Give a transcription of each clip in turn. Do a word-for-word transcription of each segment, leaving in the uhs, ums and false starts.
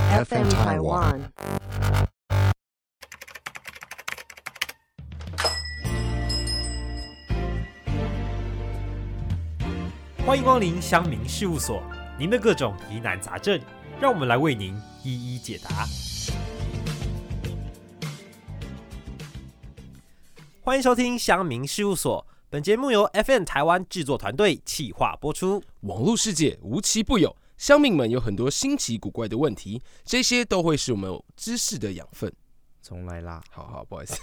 F M Taiwan。 欢迎光临乡民事务所，您的各种疑难杂症，让我们来为您一一解答。欢迎收听乡民事务所，本节目由 F M 台湾制作团队企划播出。 网络世界无奇不有，乡民们有很多新奇古怪的问题，这些都会是我们知识的养分。 重来啦， 好好，不好意思。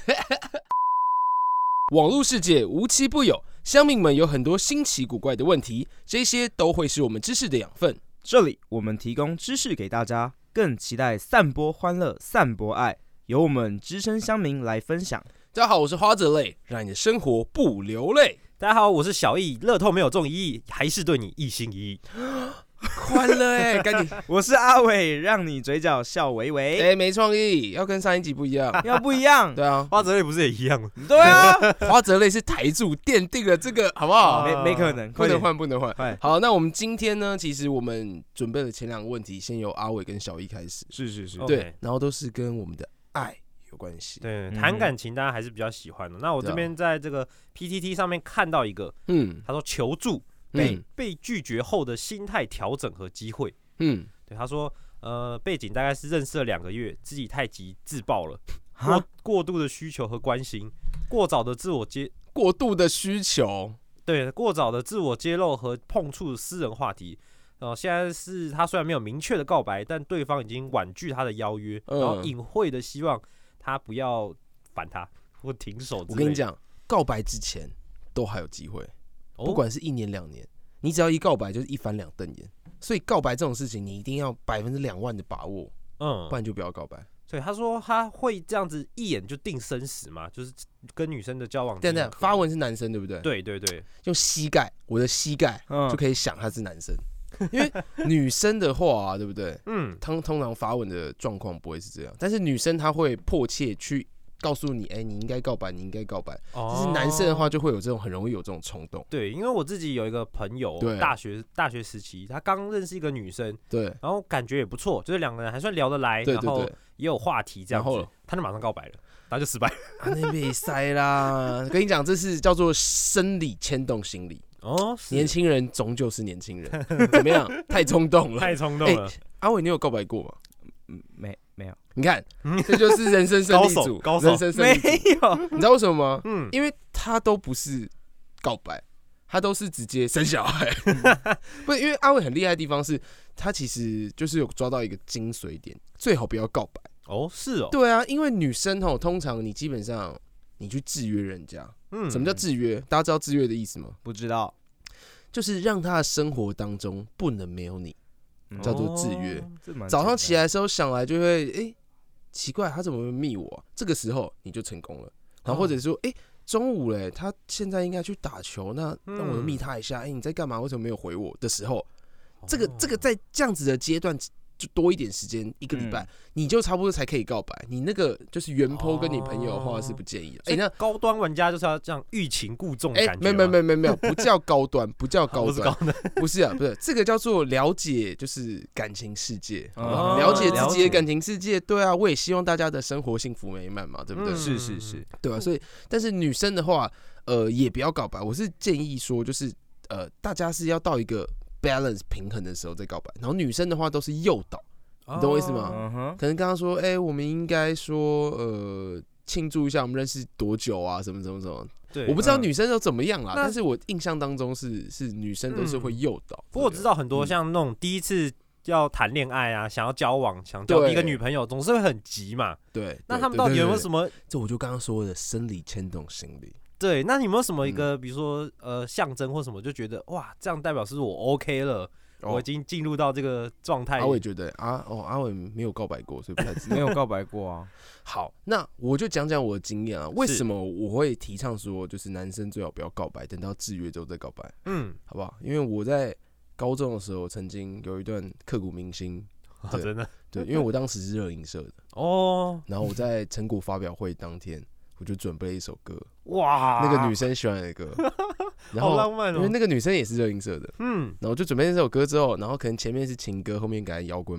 网络世界无奇不有，乡民们有很多新奇古怪的问题，这些都会是我们知识的养分。 这里我们提供知识给大家，更期待散播欢乐、散播爱，由我们资深乡民来分享。 大家好，我是花泽类，让你的生活不流泪。 大家好，我是小易，乐透没有中一亿，还是对你一心一意。 快乐哎，赶紧！ 我是阿伟，让你嘴角笑微微。 哎、欸，没创意，要跟上一集不一样， 要不一样。 对啊， 花泽类不是也一样吗？ 对啊， 花泽类是台柱奠定了这个，好不好？ 没没可能， 不能换，不能换。 快好，那我们今天呢？其实我们准备了前两个问题，先由阿伟跟小易开始。 是是是， 对， okay. 然后都是跟我们的爱有关系。 对，谈感情大家还是比较喜欢的。那我这边在这个 P T T 上面看到一个，嗯，他说求助。被、嗯、被拒绝后的心态调整和机会，嗯，对，他说，呃，背景大概是认识了两个月，自己太急自爆了，过过度的需求和关心，过早的自我揭， 过度的需求， 对，过早的自我揭露和碰触私人话题，呃，现在是他虽然没有明确的告白，但对方已经婉拒他的邀约，嗯、然后隐晦的希望他不要烦他或停手之类的。 我跟你讲，告白之前都还有机会。不管是一年两年，你只要一告白就是一翻两瞪眼，所以告白这种事情你一定要百分之两万的把握，嗯，不然就不要告白。 所以他说他会这样子一眼就定生死嘛，就是跟女生的交往。 对对，发文是男生对不对？ 对对对， 用膝盖，我的膝盖、嗯、就可以想他是男生，因为女生的话、啊，对不对？嗯，通通常发文的状况不会是这样，但是女生她会迫切去。告诉你，哎、欸，你应该告白，你应该告白。哦、但是男生的话，就会有这种很容易有这种冲动。 对，因为我自己有一个朋友，大学大学时期，他刚认识一个女生，对，然后感觉也不错，就是两个人还算聊得来，对对对，然后也有话题这样子，他就马上告白了，他就失败了。 啊，那被塞啦！跟你讲，这是叫做生理牵动心理。哦，年轻人终究是年轻人，怎么样？太冲动了， 太冲动了。 欸、阿伟，你有告白过吗？ 嗯，没。没有， 你看，这就是人生胜利组， 高手， 人生胜利组。 没有， 你知道为什么吗？嗯，因为他都不是告白，他都是直接生小孩。不是，因为阿伟很厉害的地方是，他其实就是有抓到一个精髓点，最好不要告白。 哦，是哦。 对啊，因为女生吼，通常你基本上你去制约人家，嗯，什么叫制约？大家知道制约的意思吗？ 不知道， 就是让他的生活当中不能没有你。叫做制约、哦。早上起来的时候想来就会，哎、欸，奇怪，他怎么会密我、啊？这个时候你就成功了。然后或者说，哎、欸，中午嘞，他现在应该去打球，那那我密他一下，哎、欸，你在干嘛？为什么没有回我的时候，这个这个在这样子的阶段。就多一点时间，一个礼拜、嗯，你就差不多才可以告白。你那个就是原 po 跟你朋友的话是不建议的。哎、 欸，那高端玩家就是要这样欲擒故纵的感觉。 哎、欸，没有没有没有没有，不叫高端，不叫高端，不, 是不是啊，不是这个叫做了解，就是感情世界，哦、了解自己的感情世界。对啊，我也希望大家的生活幸福美满嘛，对不对？ 嗯、是是是， 对啊。所以，但是女生的话，呃，也不要告白。我是建议说，就是呃，大家是要到一个 balance 平衡的时候再告白，然后女生的话都是诱导。你懂我意思吗？ Uh-huh. 可能刚刚说，哎、欸，我们应该说，呃，庆祝一下我们认识多久啊，什么什么什么。对，我不知道女生都怎么样啦，嗯、但是我印象当中是是女生都是会诱导、嗯。 不过我知道很多像那种第一次要谈恋爱啊，想要交往，想交第一个女朋友，总是会很急嘛。 对， 那他们到底有没有什么？ 對對對對這我就刚刚说的生理牵动心理。 对，那你有没有什么一个，嗯、比如说呃象征或什么，就觉得哇，这样代表是我 OK 了。哦、我已经进入到这个状态。 阿伟觉得啊，哦，阿伟没有告白过，所以不太知道。 没有告白过啊。 好，那我就讲讲我的经验啊。为什么我会提倡说，就是男生最好不要告白，等到制约之后再告白？嗯，好不好？因为我在高中的时候，曾经有一段刻骨铭心。 啊、真的。 对，因为我当时是热音社的哦。然后我在成果发表会当天，我就准备了一首歌，哇，那个女生喜欢的歌。然后好浪漫哦， 因为那个女生也是热音社的，嗯，然后就准备那首歌之后，然后可能前面是情歌，后面改摇滚版，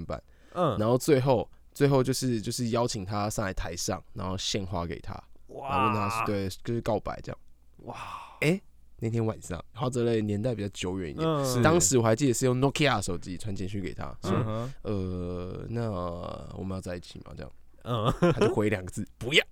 嗯，然后最后最后就是就是邀请他上来台上，然后献花给他，然后问他是对就是告白这样。哇，哎、欸，那天晚上，花泽类年代比较久远一点，嗯、当时我还记得是用 Nokia 手机传简讯给他，说、嗯、呃，那我们要在一起吗？这样，嗯，他就回两个字，不要，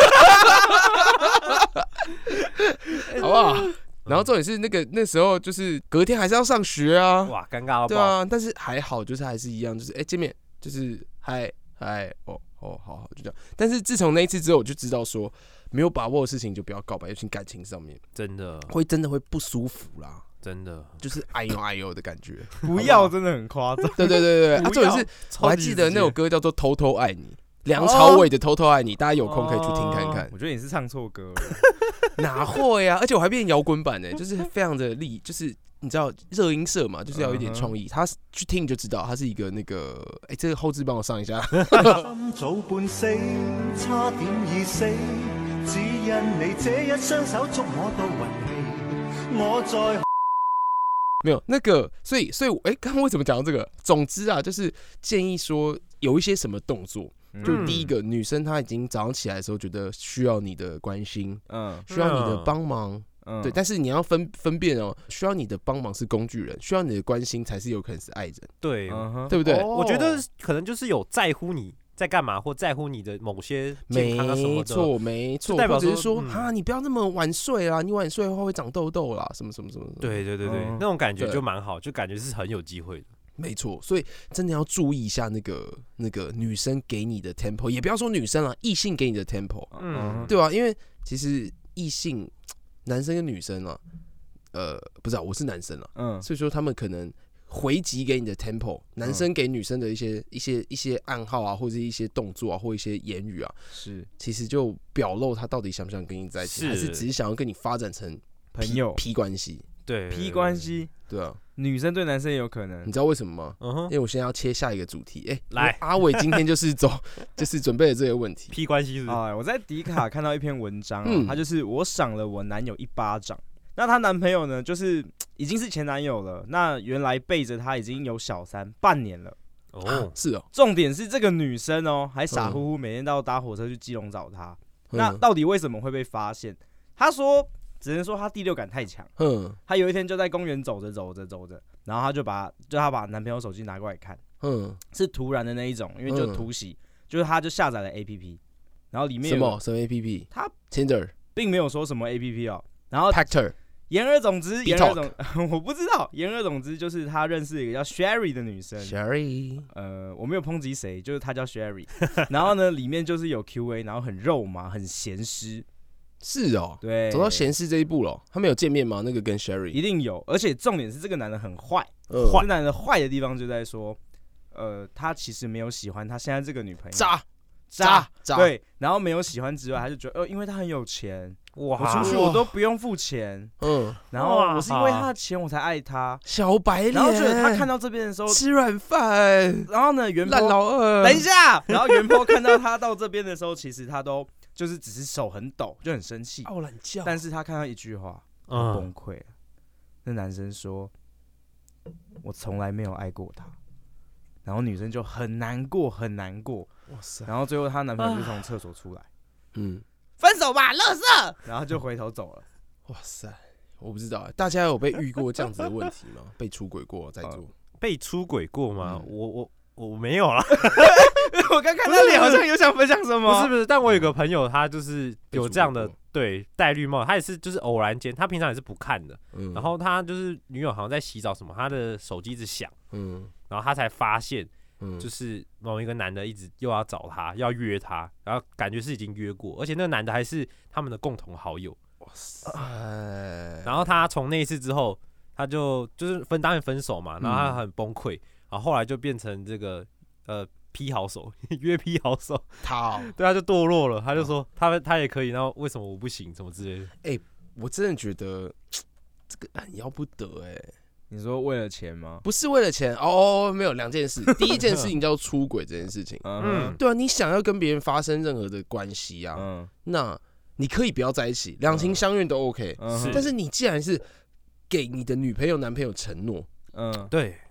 好不好？然后重点是那个那时候就是隔天还是要上学啊， 哇，尴尬了， 对啊，但是还好，就是还是一样，就是哎、欸、见面就是嗨嗨哦哦好好就这样。但是自从那一次之后，我就知道说没有把握的事情就不要告白，尤其感情上面， 真的会真的会不舒服啦， 真的就是哎呦哎呦的感觉， 不要真的很夸张。 对对对对，啊，重点是我还记得那首歌叫做《偷偷爱你》。梁朝伟的《偷偷爱你》，大家有空可以去听看看。 我觉得你是唱错歌了， 哪会啊？而且我还变摇滚版呢，就是非常的力，就是你知道热音社嘛，就是要有一点创意。他去听你就知道，他是一个那个，哎，这个后置帮我上一下。心早半死，差點已死，只因你這一雙手捉我到暈氣，我在。没有那个，所以所以哎，刚刚为什么讲到这个？总之啊，就是建议说有一些什么动作。就第一个，女生她已经早上起来的时候，觉得需要你的关心，嗯，需要你的帮忙，嗯，对，但是你要分分辨哦，需要你的帮忙是工具人，需要你的关心才是有可能是爱人， 对， 嗯、对不对？ 我觉得可能就是有在乎你在干嘛，或在乎你的某些健康啊什么的， 没错，没错，代表是说啊、嗯，你不要那么晚睡啦，你晚睡的话会长痘痘啦，什么什么什么什么， 对对对对，嗯、那种感觉就蛮好，就感觉是很有机会的。 没错，所以真的要注意一下那个那个女生给你的 tempo， 也不要说女生啦，异性给你的 tempo， 嗯，对吧、啊？因为其实异性男生跟女生啊，呃，不知道我是男生啦，嗯，所以说他们可能回击给你的 tempo， 男生给女生的一些一些一些暗号啊，或者一些动作啊，或一些言语啊， 是，其实就表露他到底想不想跟你在一起，还是只是想要跟你发展成朋友 P 关系， 对 P 关系， 对啊。 女生对男生也有可能， 你知道为什么吗？ uh-huh. 因为我现在要切下一个主题，哎、欸， 来， 阿伟今天就是走，就是准备了这个问题。 P 关系是不是？ 啊，我在迪卡看到一篇文章、喔，他、嗯、就是我赏了我男友一巴掌，那她男朋友呢，就是已经是前男友了，那原来背着他已经有小三半年了。 哦、啊，是哦。 重点是这个女生哦、喔，还傻乎乎每天到搭火车去基隆找他、嗯。那到底为什么会被发现？他说。只能说他第六感太强。嗯，他有一天就在公园走着走着走着，然后他就把就他把男朋友手机拿过来看，嗯，是突然的那一种，因为就突袭、嗯，就是他就下载了 A P P， 然后里面有什么什么 A P P？ 他 Tinder 并没有说什么 A P P 哦，然后 Pactor， 言而总之，言而总我不知道，言而总之就是他认识一个叫 Sherry 的女生 ，Sherry， 呃，我没有抨击谁，就是她叫 Sherry， 然后呢，里面就是有 Q A， 然后很肉麻，很咸湿。 是哦， 对， 走到闲事这一步了。他们有见面吗？那个跟 Sherry 一定有，而且重点是这个男的很坏。呃、这男的坏的地方就在说，呃，他其实没有喜欢他现在这个女朋友， 渣渣渣，对，然后没有喜欢之外，他就觉得，呃，因为他很有钱，哇，我出去我都不用付钱，嗯，然后我是因为他的钱我才爱他， 小白脸， 然后觉得他看到这边的时候吃软饭， 然后呢，袁烂老二， 等一下，然后袁坡看到他到这边的时候，其实他都。就是只是手很抖，就很生气， 傲懒叫。 但是他看到一句话，嗯、崩溃了。那男生说：“我从来没有爱过他。”然后女生就很难过，很难过。哇塞！然后最后她男朋友就从厕所出来，嗯，分手吧，垃圾。然后就回头走了。 哇塞！我不知道，大家有被遇过这样子的问题吗？被出轨过，在座、呃、 被出轨过吗？嗯、我我。我没有啦我刚看他脸好像有想分享什么， 不是不是，但我有个朋友，他就是有这样的对戴绿帽，他也是就是偶然间，他平常也是不看的，嗯、然后他就是女友好像在洗澡什么，他的手机一直响，嗯，然后他才发现，就是某一个男的一直又要找他，要约他，然后感觉是已经约过，而且那个男的还是他们的共同好友，哇塞！然后他从那一次之后，他就就是分当然分手嘛，然后他很崩溃。然后后来就变成这个呃 P 好手约 P 好手， 他对他就堕落了，他就说他他也可以，然后为什么我不行，什么之类的。 哎、欸，我真的觉得这个很要不得哎、欸。 你说为了钱吗？ 不是为了钱哦，没有两件事。第一件事情叫出轨这件事情，嗯，对啊，你想要跟别人发生任何的关系啊，嗯，那你可以不要在一起，两情相悦都 OK，嗯，但是你既然是给你的女朋友、男朋友承诺， 嗯，对。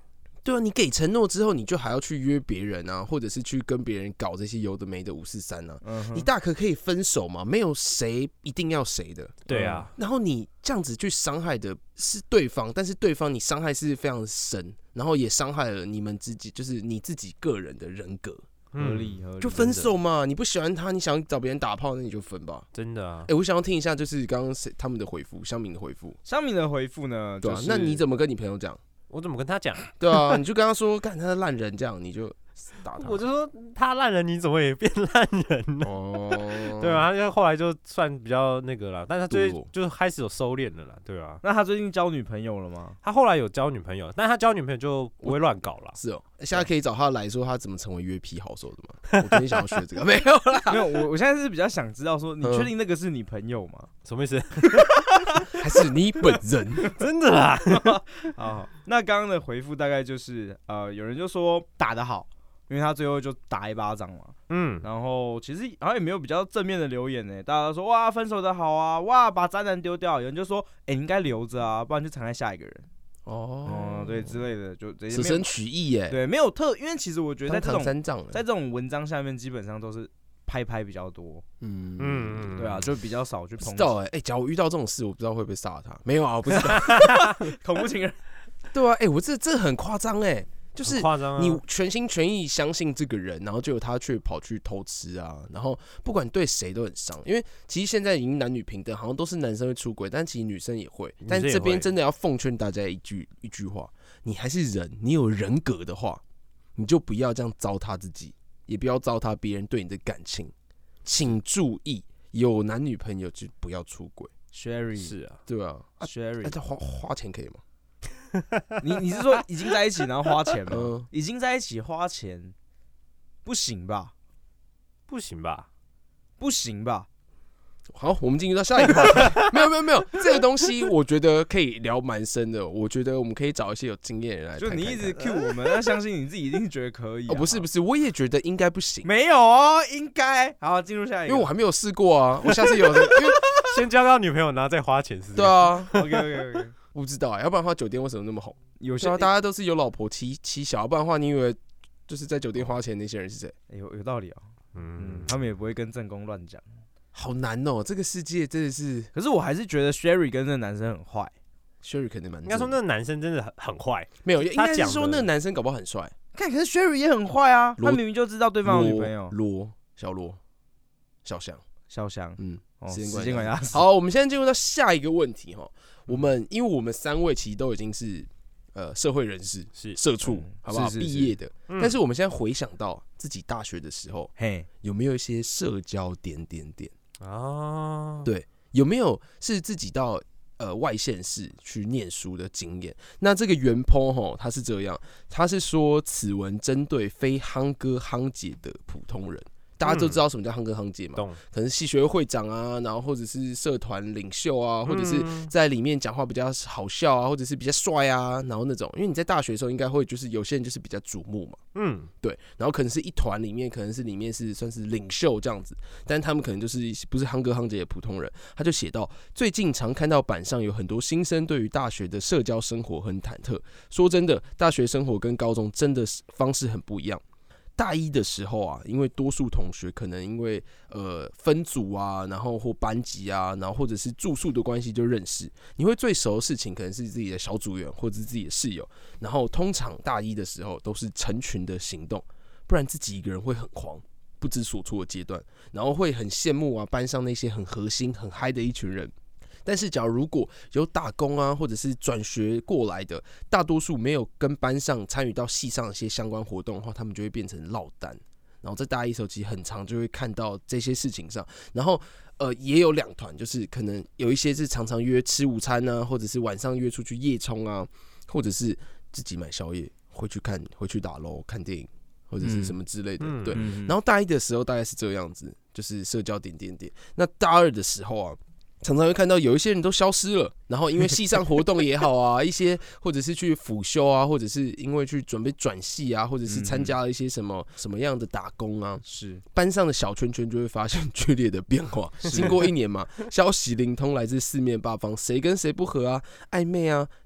对啊，你给承诺之后，你就还要去约别人啊，或者是去跟别人搞这些有的没的五四三啊。嗯、你大可可以分手嘛，没有谁一定要谁的。 对啊。 然后你这样子去伤害的是对方，但是对方你伤害是非常深，然后也伤害了你们自己，就是你自己个人的人格。 合理合理， 就分手嘛。你不喜欢他，你想找别人打炮，那你就分吧。 真的啊。 哎、欸，我想要听一下，就是刚刚他们的回复，乡民的回复。 乡民的回复呢？ 对啊、 就是， 那你怎么跟你朋友讲？ 我怎么跟他讲？ 对啊，你就跟他说，干他是烂人，这样你就打他。 我就说他烂人，你怎么也变烂人呢？哦，对啊，他后来就算比较那个了，但他最就是开始有收敛了啦，对啊。 那他最近交女朋友了吗？ 他后来有交女朋友，但他交女朋友就不会乱搞了。 是哦，现在可以找他来说他怎么成为约批好手的吗？我昨天想要学这个，没有啦， 没有。我我现在是比较想知道说，你确定那个是你朋友吗？ 什么意思？ 还是你本人？ 真的啦。 好，那刚刚的回复大概就是呃，有人就说打得好。因为他最后就打一巴掌嘛，嗯，然后其实好像也没有比较正面的留言呢，大家都说哇分手的好啊，哇把渣男丢掉，有人就说哎、欸、你应该留着啊，不然就残害下一个人，哦、嗯，对之类的，就这些舍身取义耶， 对，没有特，因为其实我觉得在这种在这种文章下面基本上都是拍拍比较多，嗯嗯，对啊，就比较少去抨击。 知道哎、欸，假如我遇到这种事，我不知道会不会杀他，没有啊，我不知道， 恐怖情人， 对啊，哎、欸，我这这很夸张哎。就是啊、 你全心全意相信这个人，然后结果他却跑去偷吃啊，然后不管对谁都很伤。因为其实现在已经男女平等，好像都是男生会出轨，但其实女生也会。但这边真的要奉劝大家一句一句话：你还是人，你有人格的话，你就不要这样糟蹋自己，也不要糟蹋别人对你的感情。请注意，有男女朋友就不要出轨。 Sherry 是啊， 对啊 ，Sherry， 那、啊、花花钱可以吗？ 你你是说已经在一起然后花钱吗？嗯、已经在一起花钱不行吧？ 不行吧？ 不行吧？ 好，我们进入到下一个话题。没有没有没有，这个东西我觉得可以聊蛮深的。我觉得我们可以找一些有经验的人来看看看。 就你一直 cue 我们，那相信你自己一定觉得可以、啊。 哦，不是不是，我也觉得应该不行。 没有哦，应该。好，进入下一个。 因为我还没有试过啊，我下次有的。因为先交到女朋友，然后再花钱是。 对啊。 OK OK OK。 不知道啊、欸，要不然的话酒店为什么那么红？有些、啊、大家都是有老婆妻妻小，要不然的话你以为就是在酒店花钱那些人是谁？ 欸、有有道理啊、喔，嗯，他们也不会跟正宫乱讲。 好难哦、喔，这个世界真的是。 可是我还是觉得 Sherry 跟那个男生很坏 ，Sherry 肯定蛮。 应该说那个男生真的很很坏， 没有，应该是说那个男生搞不好很帅。 看，可是 Sherry 也很坏啊，他明明就知道对方有女朋友。 罗小罗小翔小翔，嗯， 哦、时间管家。 好，我们现在进入到下一个问题哈。我们因为我们三位其实都已经是呃社会人士，是社畜，嗯、好不好？毕业的、嗯，但是我们现在回想到自己大学的时候，嘿，有没有一些社交点点点啊？对，有没有是自己到呃外县市去念书的经验？那这个原 po 吼，他是这样，他是说此文针对非夯哥夯姐的普通人。大家都知道什么叫夯哥夯姐嘛？嗯、可能系学会会长啊，然后或者是社团领袖啊，或者是在里面讲话比较好笑啊，或者是比较帅啊，然后那种，因为你在大学的时候应该会就是有些人就是比较瞩目嘛，嗯，对，然后可能是一团里面，可能是里面是算是领袖这样子，但他们可能就是不是夯哥夯姐的普通人。他就写到，最近常看到板上有很多新生对于大学的社交生活很忐忑。说真的，大学生活跟高中真的方式很不一样。大一的时候啊，因为多数同学可能因为呃分组啊，然后或班级啊，然后或者是住宿的关系就认识。你会最熟的事情可能是自己的小组员或者是自己的室友。然后通常大一的时候都是成群的行动，不然自己一个人会很慌，不知所措的阶段。然后会很羡慕啊班上那些很核心、很嗨的一群人。但是，假如如果有打工啊，或者是转学过来的，大多数没有跟班上参与到系上一些相关活动的话，他们就会变成落单。然后在大一的时候，其实很常就会看到这些事情上。然后，呃，也有两团，就是可能有一些是常常约吃午餐啊，或者是晚上约出去夜冲啊，或者是自己买宵夜，回去看，回去打楼看电影，或者是什么之类的。嗯、对。然后大一的时候大概是这样子，就是社交点点点。那大二的时候啊。常常会看到有一些人都消失了，然后因为系上活动也好啊，一些或者是去辅修啊，或者是因为去准备转系啊，或者是参加了一些什么什么样的打工啊，是班上的小圈圈就会发现剧烈的变化。经过一年嘛，消息灵通，来自四面八方，谁跟谁不合啊，暧昧啊，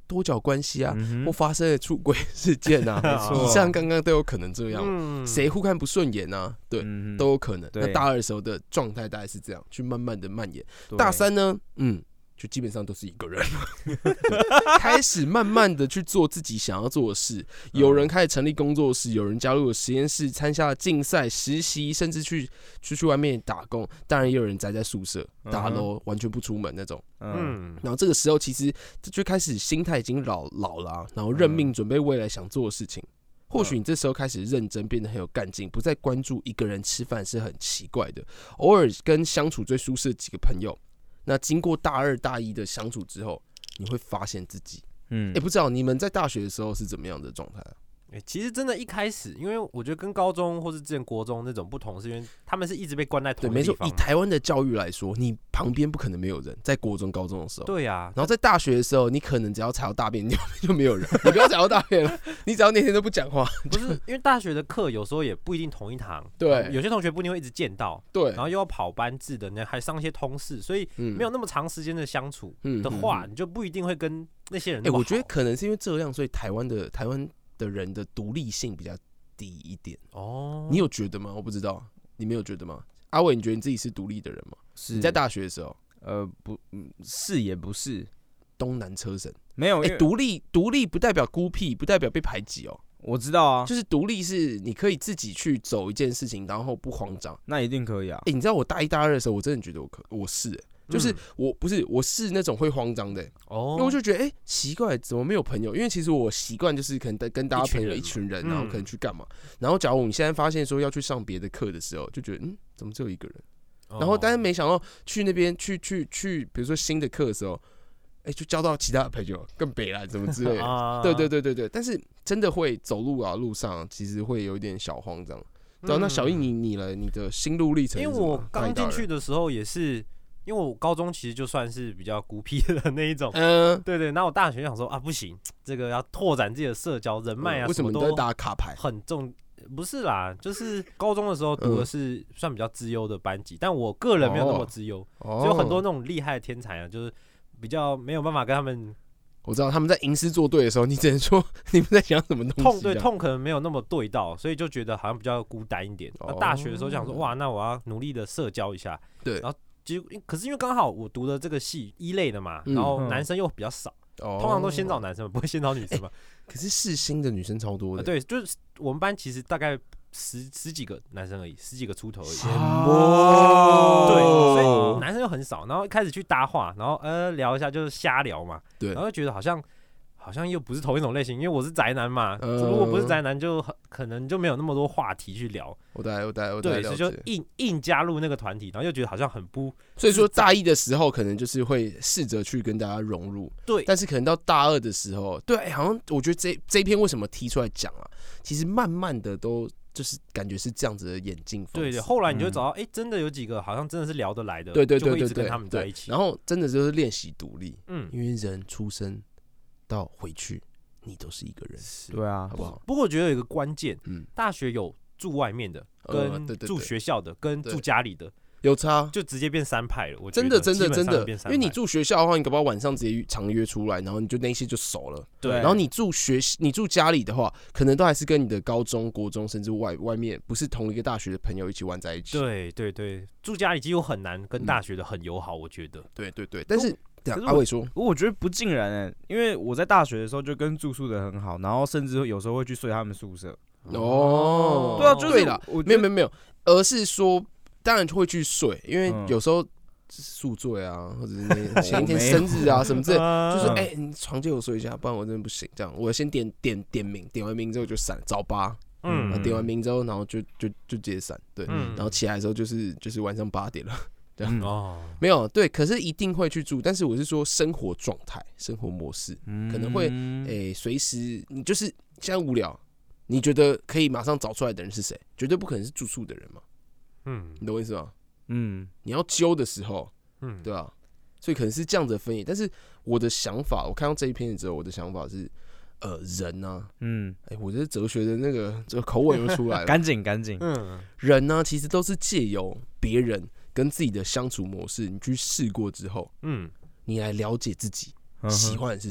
多角关系啊，嗯、或发生了出轨事件啊，以上刚刚都有可能这样，谁、嗯、互看不顺眼啊，对，嗯、都有可能。那大二的时候的状态大概是这样，去慢慢的蔓延。大三呢，嗯。就基本上都是一个人开始慢慢的去做自己想要做的事，有人开始成立工作室，有人加入了实验室，参加了竞赛、实习，甚至去出去外面打工。当然也有人宅在宿舍打楼，完全不出门那种。嗯，然后这个时候其实就开始心态已经老老了、啊，然后认命，准备未来想做的事情。或许你这时候开始认真，变得很有干劲，不再关注一个人吃饭是很奇怪的，偶尔跟相处最舒适的几个朋友。那经过大二大一的相处之后，你会发现自己，嗯，也不知道你们在大学的时候是怎么样的状态啊？ 欸、其实真的，一开始，因为我觉得跟高中或是之前国中那种不同，是因为他们是一直被关在同一个地方。 对，没错。以台湾的教育来说，你旁边不可能没有人，在国中、高中的时候。 对啊。 然后在大学的时候，你可能只要踩到大便，你就没有人。你不要踩到大便了，你只要那天都不讲话。 不是，因为大学的课有时候也不一定同一堂。 对。 有些同学不一定会一直见到。 对。 然后又要跑班制的，你还上一些通识，所以没有那么长时间的相处的话，你就不一定会跟那些人那么好。 哎、欸，我觉得可能是因为这样，所以台湾的台湾。的人的独立性比较低一点哦，你有觉得吗？我不知道，你没有觉得吗？阿伟，你觉得你自己是独立的人吗？ 是。 你在大学的时候， 呃，不是也不是， 东南车神没有。 哎、欸，独立独立不代表孤僻，不代表被排挤哦。 我知道啊， 就是独立是你可以自己去走一件事情，然后不慌张， 那一定可以啊。 哎、欸，你知道我大一大二的时候，我真的觉得我可我是、欸。就是我不是我是那种会慌张的、欸，哦，因为我就觉得哎、欸、奇怪，怎么没有朋友？因为其实我习惯就是可能跟大家朋友一群人，然后可能去干嘛。然后假如你现在发现说要去上别的课的时候，就觉得嗯怎么只有一个人？然后但是没想到去那边去去去，比如说新的课的时候，哎、欸、就交到其他的朋友，更北来怎么之类的。对对对对对，但是真的会走路啊，路上其实会有一点小慌张。对、啊，那小易你你了，你的心路历程是什么？ 因为我刚进去的时候也是。因为我高中其实就算是比较孤僻的那一种，嗯，对对。那我大学想说啊，不行，这个要拓展自己的社交人脉啊， 嗯、为什么都你在打卡牌很重？不是啦，就是高中的时候读的是算比较资优的班级，嗯、但我个人没有那么资优，哦、所以有很多那种厉害的天才啊，就是比较没有办法跟他们。 我知道他们在吟诗作对的时候，你只能说你们在讲什么东西、啊。 痛对痛可能没有那么对到，所以就觉得好像比较孤单一点。哦、那大学的时候就想说，哇，那我要努力的社交一下。 对， 然后。可是因为刚好我读的这个系一类的嘛，然后男生又比较少，嗯、通常都先找男生，不会先找女生嘛。 欸、可是世新的女生超多的、 呃，对，就是我们班其实大概十十几个男生而已，十几个出头而已。 哦， 对，所以男生又很少，然后一开始去搭话，然后呃聊一下就是瞎聊嘛， 对， 然后就觉得好像。好像又不是同一种类型，因为我是宅男嘛。嗯、如果不是宅男就，就可能就没有那么多话题去聊。 我大概我大概我大概了解。 对，所以就硬硬加入那个团体，然后又觉得好像很不。 所以说大一的时候可能就是会试着去跟大家融入， 对。 但是可能到大二的时候，对，欸、好像我觉得这这一篇为什么提出来讲啊？其实慢慢的都就是感觉是这样子的演进方式。 对对，后来你就会找到，哎、嗯欸，真的有几个好像真的是聊得来的， 对对对对对， 就会一直跟他们在一起。 然后真的就是练习独立，嗯，因为人出生到回去。你都是一个人， 对啊， 好不好？ 不过我觉得有一个关键，嗯，大学有住外面的，跟住学校的，跟住家里的有差， 就直接变三派了。我真的真的真的，因为你住学校的话，你搞不好晚上直接常约出来，然后你就那些就熟了。 对， 然后你住学你住家里的话，可能都还是跟你的高中、国中甚至外外面不是同一个大学的朋友一起玩在一起。 对对对，住家里几乎很难跟大学的很友好，我觉得。 对对对，但是。阿伟说：“ 我觉得不尽然哎、欸，因为我在大学的时候就跟住宿的很好，然后甚至有时候会去睡他们宿舍。 哦， 对啊，就是对啦，没有没有没有，而是说当然会去睡，因为有时候宿醉啊，或者是前一天生日啊什么之类，就是哎、欸，你床借我睡一下，不然我真的不行。这样，我先点点点名，点完名之后就闪早八。”嗯，点完名之后，然后就就就直接闪，对，嗯、然后起来的时候就是就是晚上八点了。嗯、哦，没有对，可是一定会去住。但是我是说生活状态、生活模式，嗯、可能会诶随时你就是现在无聊，你觉得可以马上找出来的人是谁？绝对不可能是住宿的人嘛。嗯，你懂我意思吗？嗯，你要揪的时候，嗯，对吧？所以可能是这样子的分野。但是我的想法，我看到这一篇之后，我的想法是，呃，人啊，嗯，哎、欸，我觉得哲学的那个这个口吻又出来了， 赶紧赶紧， 嗯，人呢、啊，其实都是借由别人。跟自己的相处模式，你去试过之后，嗯，你来了解自己喜欢的是什么，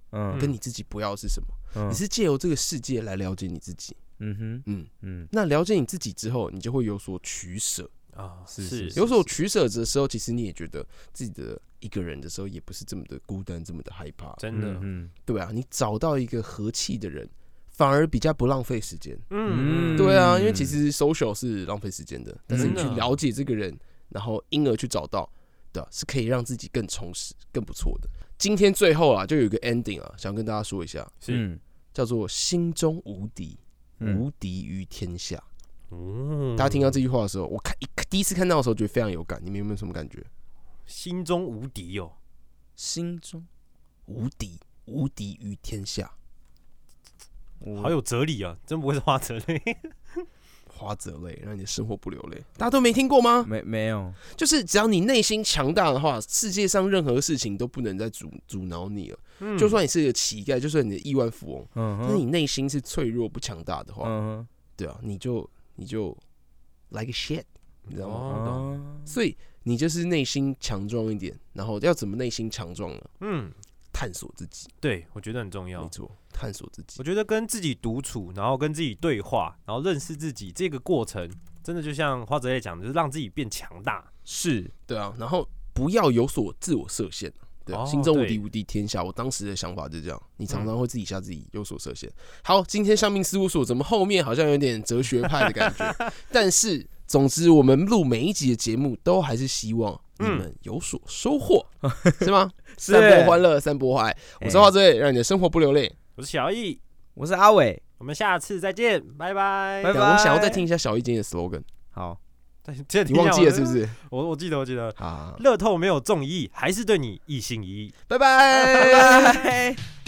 嗯，跟你自己不要的是什么？嗯、你是借由这个世界来了解你自己。嗯哼，嗯嗯。那了解你自己之后，你就会有所取舍啊，是是， 有所取舍的时候，其实你也觉得自己的一个人的时候，也不是这么的孤单，这么的害怕。 真的，嗯， 对啊，你找到一个和气的人，反而比较不浪费时间。嗯，对啊，因为其实 social 是浪费时间的，但是你去了解这个人，然后因而去找到，对、啊，是可以让自己更充实、更不错的。今天最后啊，就有一个 ending 啊，想跟大家说一下，是叫做心中无敌。无敌于天下。嗯，大家听到这句话的时候，我看第一次看到的时候，觉得非常有感。你们有没有什么感觉？ 心中无敌哦， 心中无敌，无敌于天下， 好有哲理啊！真不会是花泽类， 花泽类让你的生活不流泪。大家都没听过吗？ 没没有， 就是只要你内心强大的话，世界上任何事情都不能再阻阻挠你了。嗯、就算你是个乞丐，就算你的亿万富翁，嗯、但是你内心是脆弱不强大的话，嗯、对啊，你就你就 like a shit， 你知道吗？哦、所以你就是内心强壮一点，然后要怎么内心强壮呢？嗯，探索自己。 对，我觉得很重要。 没错，探索自己。 我觉得跟自己独处，然后跟自己对话，然后认识自己这个过程，真的就像花泽类讲的，就是让自己变强大。 是，对啊，然后不要有所自我设限。对、哦，心中无敌，无敌天下。我当时的想法就是这样，你常常会自己吓自己有所设限。好，今天香民事务所怎么后面好像有点哲学派的感觉？但是，总之我们录每一集的节目，都还是希望你们有所收获，嗯、是吗？是散播欢乐，散播爱。我是花泽类，让你的生活不流泪。 我是小易， 我是阿伟， 我们下次再见，拜拜。 拜拜。我想要再听一下小易今天的 slogan。 好。 你忘记了是不是？ 我我记得我记得，乐透没有中一亿，还是对你一心一意。 拜拜。